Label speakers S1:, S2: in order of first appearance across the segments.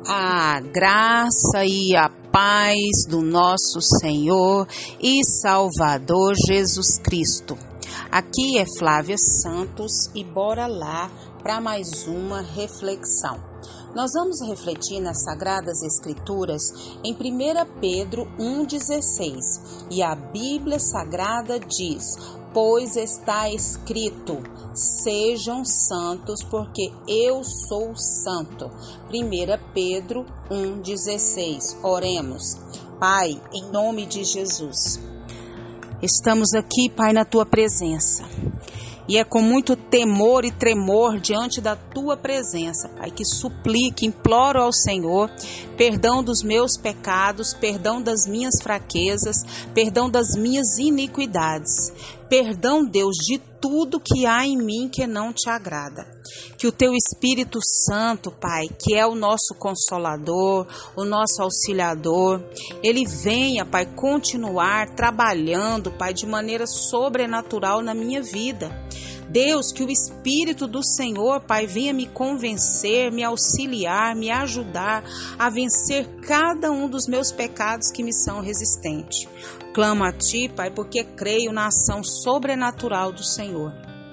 S1: A graça e a paz do nosso Senhor e Salvador Jesus Cristo. Aqui é Flávia Santos e bora lá para mais uma reflexão. Nós vamos refletir nas Sagradas Escrituras em 1 Pedro 1,16 e a Bíblia Sagrada diz: pois está escrito, sejam santos porque eu sou santo. 1 Pedro 1,16. Oremos. Pai, em nome de Jesus, estamos aqui, Pai, na Tua presença. E é com muito temor e tremor diante da Tua presença, Pai, que suplico, imploro ao Senhor perdão dos meus pecados, perdão das minhas fraquezas, perdão das minhas iniquidades. Perdão, Deus, de tudo que há em mim que não te agrada. Que o Teu Espírito Santo, Pai, que é o nosso Consolador, o nosso Auxiliador, Ele venha, Pai, continuar trabalhando, Pai, de maneira sobrenatural na minha vida. Deus, que o Espírito do Senhor, Pai, venha me convencer, me auxiliar, me ajudar a vencer cada um dos meus pecados que me são resistentes. Clamo a Ti, Pai, porque creio na ação sobrenatural do Senhor.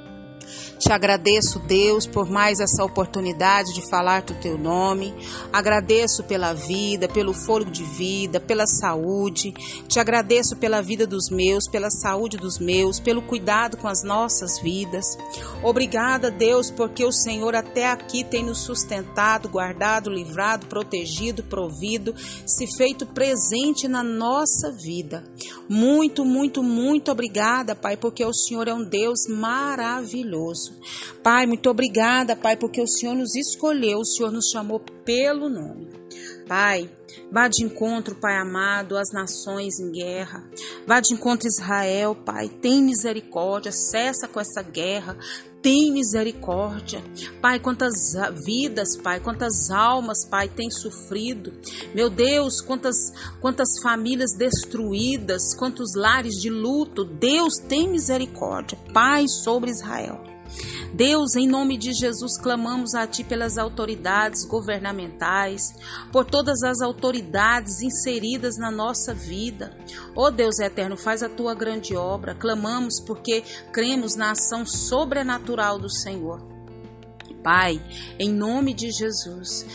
S1: Te agradeço, Deus, por mais essa oportunidade de falar do Teu nome. Agradeço pela vida, pelo fôlego de vida, pela saúde. Te agradeço pela vida dos meus, pela saúde dos meus, pelo cuidado com as nossas vidas. Obrigada, Deus, porque o Senhor até aqui tem nos sustentado, guardado, livrado, protegido, provido, se feito presente na nossa vida. Muito, muito, muito obrigada, Pai, porque o Senhor é um Deus maravilhoso. Pai, muito obrigada, Pai, porque o Senhor nos escolheu, o Senhor nos chamou pelo nome. Pai, vá de encontro, Pai amado, às nações em guerra. Vá de encontro a Israel, Pai, tem misericórdia, cessa com essa guerra. Tem misericórdia. Pai, quantas vidas, Pai, quantas almas, Pai, tem sofrido. Meu Deus, quantas famílias destruídas, quantos lares de luto. Deus, tem misericórdia. Pai, sobre Israel. Deus, em nome de Jesus, clamamos a Ti pelas autoridades governamentais, por todas as autoridades inseridas na nossa vida. Ó Deus eterno, faz a Tua grande obra. Clamamos porque cremos na ação sobrenatural do Senhor. Pai, em nome de Jesus,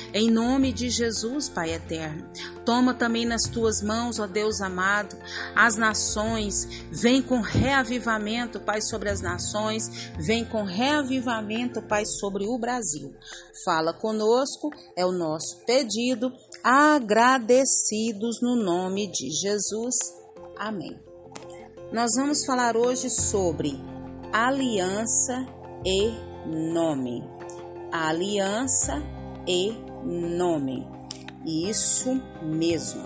S1: Pai eterno, toma também nas Tuas mãos, ó Deus amado, as nações, vem com reavivamento, Pai, sobre as nações, vem com reavivamento, Pai, sobre o Brasil. Fala conosco, é o nosso pedido, agradecidos no nome de Jesus. Amém. Nós vamos falar hoje sobre aliança e nome. Aliança e nome. Isso mesmo.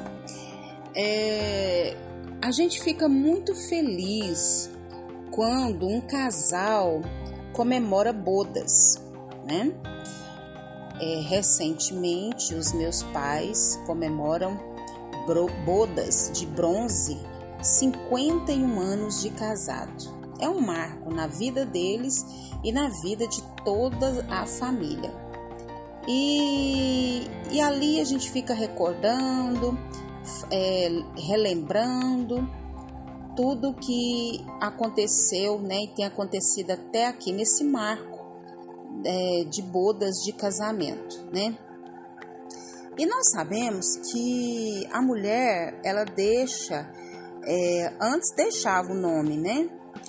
S1: A gente fica muito feliz quando um casal comemora bodas, né? Recentemente, os meus pais comemoram bodas de bronze, 51 anos de casado. É um marco na vida deles e na vida de toda a família. E ali a gente fica recordando, relembrando tudo que aconteceu, né, e tem acontecido até aqui nesse marco de bodas de casamento, né? E nós sabemos que a mulher, ela deixa, antes deixava o nome, né,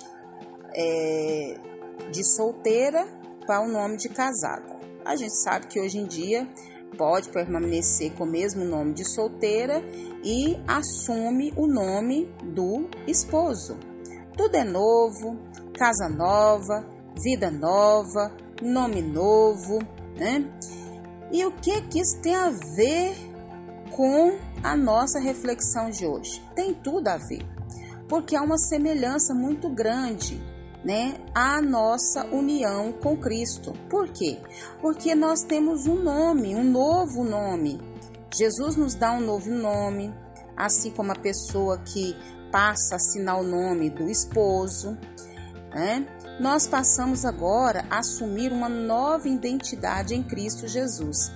S1: de solteira para o nome de casada. A gente sabe que hoje em dia pode permanecer com o mesmo nome de solteira e assume o nome do esposo. Tudo é novo, casa nova, vida nova, nome novo, né? E o que isso tem a ver com a nossa reflexão de hoje? Tem tudo a ver, porque há uma semelhança muito grande, né, a nossa união com Cristo. Por quê? Porque nós temos um nome, um novo nome. Jesus nos dá um novo nome, assim como a pessoa que passa a assinar o nome do esposo, né? Nós passamos agora a assumir uma nova identidade em Cristo Jesus.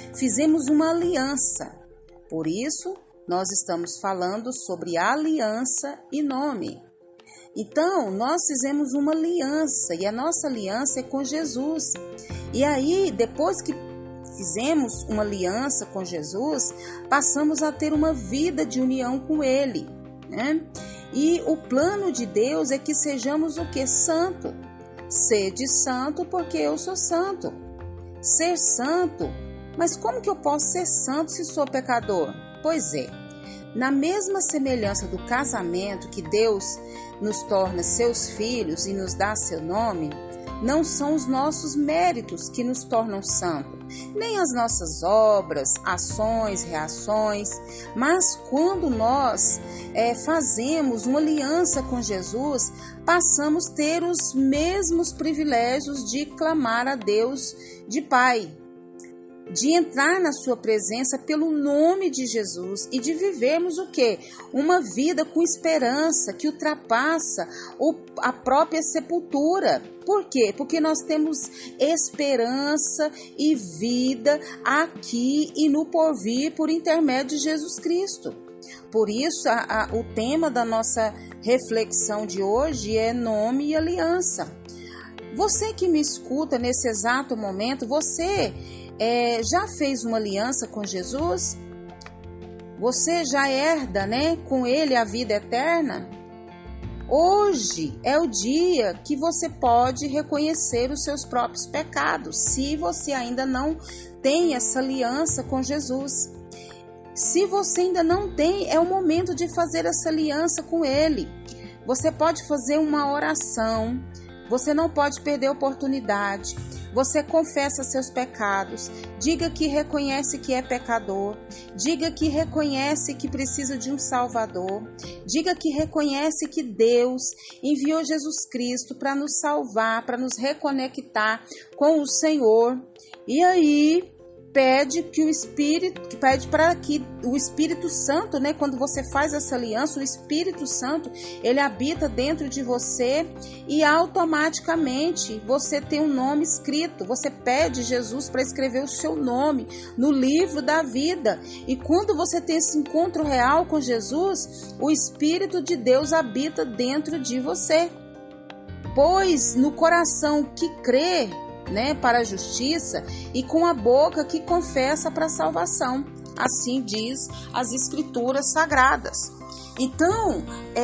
S1: fizemos uma aliança. Por isso, nós estamos falando sobre aliança e nome. Então, nós fizemos uma aliança e a nossa aliança é com Jesus. E aí, depois que fizemos uma aliança com Jesus, passamos a ter uma vida de união com Ele, né? E o plano de Deus é que sejamos o quê? Santo. Sede santo porque eu sou santo. Ser santo, mas como que eu posso ser santo se sou pecador? Pois é, na mesma semelhança do casamento que Deus nos torna seus filhos e nos dá seu nome, não são os nossos méritos que nos tornam santos, nem as nossas obras, ações, reações, mas quando nós fazemos uma aliança com Jesus, passamos a ter os mesmos privilégios de clamar a Deus de Pai, de entrar na sua presença pelo nome de Jesus e de vivermos o quê? Uma vida com esperança que ultrapassa a própria sepultura. Por quê? Porque nós temos esperança e vida aqui e no porvir por intermédio de Jesus Cristo. Por isso, o tema da nossa reflexão de hoje é nome e aliança. Você que me escuta nesse exato momento, você já fez uma aliança com Jesus? Você já herda, né, com Ele a vida eterna? Hoje é o dia que você pode reconhecer os seus próprios pecados, se você ainda não tem essa aliança com Jesus. Se você ainda não tem, é o momento de fazer essa aliança com Ele. Você pode fazer uma oração, você não pode perder a oportunidade. Você confessa seus pecados, diga que reconhece que é pecador, diga que reconhece que precisa de um Salvador, diga que reconhece que Deus enviou Jesus Cristo para nos salvar, para nos reconectar com o Senhor. E aí pede para que o Espírito Santo, né, quando você faz essa aliança, o Espírito Santo, ele habita dentro de você e automaticamente você tem um nome escrito. Você pede Jesus para escrever o seu nome no livro da vida. E quando você tem esse encontro real com Jesus, o Espírito de Deus habita dentro de você. Pois no coração que crê, né, para a justiça, e com a boca que confessa para a salvação. Assim diz as Escrituras Sagradas. Então,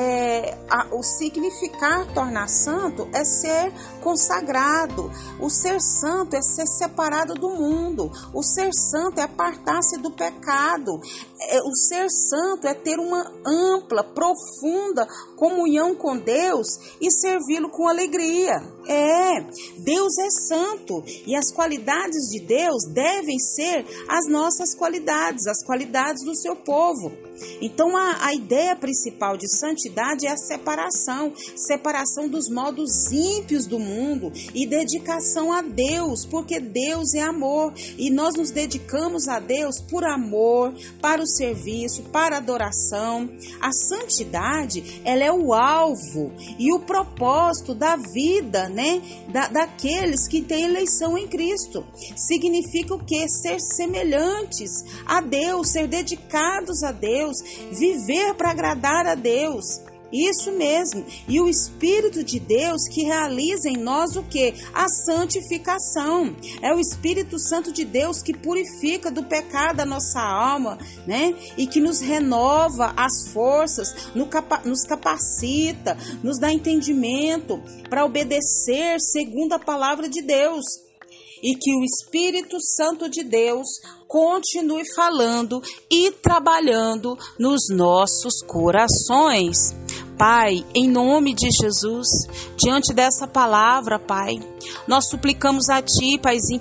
S1: o significar tornar santo é ser consagrado. O ser santo é ser separado do mundo. O ser santo é apartar-se do pecado. O ser santo é ter uma ampla, profunda comunhão com Deus e servi-lo com alegria. Deus é santo e as qualidades de Deus devem ser as nossas qualidades, as qualidades do seu povo. Então a ideia principal de santidade é a separação dos modos ímpios do mundo e dedicação a Deus, porque Deus é amor e nós nos dedicamos a Deus por amor, para o serviço, para a adoração. A santidade, ela é o alvo e o propósito da vida, né, daqueles que têm eleição em Cristo. Significa o quê? Ser semelhantes a Deus, ser dedicados a Deus, viver para agradar a Deus. Isso mesmo. E o Espírito de Deus que realiza em nós o quê? A santificação. É o Espírito Santo de Deus que purifica do pecado a nossa alma, né? E que nos renova as forças, nos capacita, nos dá entendimento para obedecer segundo a palavra de Deus. E que o Espírito Santo de Deus continue falando e trabalhando nos nossos corações. Pai, em nome de Jesus, diante dessa palavra, Pai, nós suplicamos a Ti, Paizinho,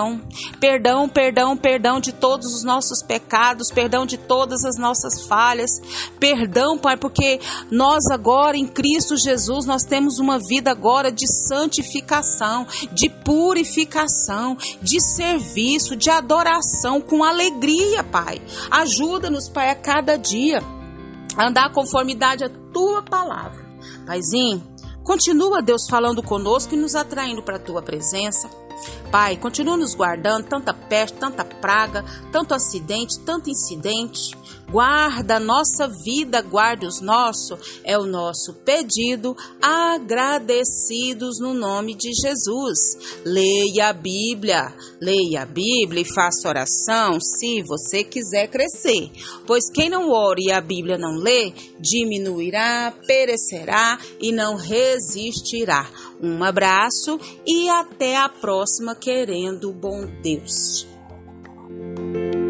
S1: perdão de todos os nossos pecados, perdão de todas as nossas falhas, perdão, Pai, porque nós agora em Cristo Jesus, nós temos uma vida agora de santificação, de purificação, de serviço, de adoração com alegria, Pai. Ajuda-nos, Pai, a cada dia andar conformidade à Tua palavra. Paizinho, continua, Deus, falando conosco e nos atraindo para a Tua presença. Pai, continua nos guardando, tanta peste, tanta praga, tanto acidente, tanto incidente. Guarda a nossa vida, guarde os nossos, é o nosso pedido, agradecidos no nome de Jesus. Leia a Bíblia e faça oração se você quiser crescer, pois quem não ora e a Bíblia não lê, diminuirá, perecerá e não resistirá. Um abraço e até a próxima, querendo o bom Deus.